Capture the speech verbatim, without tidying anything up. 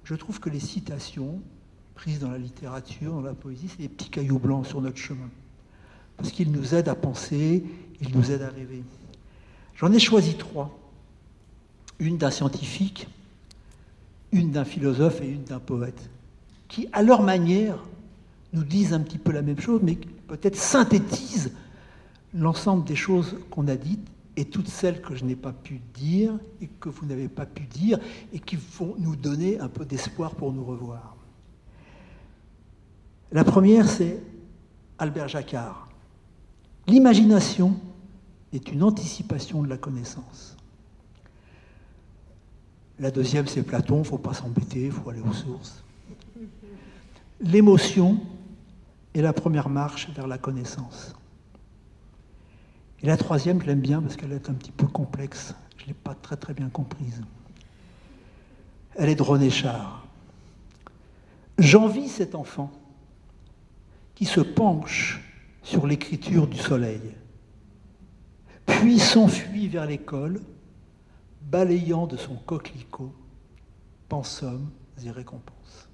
je trouve que les citations prises dans la littérature, dans la poésie, c'est des petits cailloux blancs sur notre chemin. Parce qu'ils nous aident à penser, ils nous aident à rêver. J'en ai choisi trois. Une d'un scientifique, une d'un philosophe et une d'un poète, qui, à leur manière, nous disent un petit peu la même chose, mais peut-être synthétisent l'ensemble des choses qu'on a dites et toutes celles que je n'ai pas pu dire et que vous n'avez pas pu dire et qui vont nous donner un peu d'espoir pour nous revoir. La première, c'est Albert Jacquard. L'imagination est une anticipation de la connaissance. La deuxième, c'est Platon, il ne faut pas s'embêter, il faut aller aux sources. L'émotion est la première marche vers la connaissance. Et la troisième, je l'aime bien parce qu'elle est un petit peu complexe, je ne l'ai pas très très bien comprise. Elle est de René Char. J'envie cet enfant qui se penche sur l'écriture du soleil, puis s'enfuit vers l'école, balayant de son coquelicot pensums et récompenses.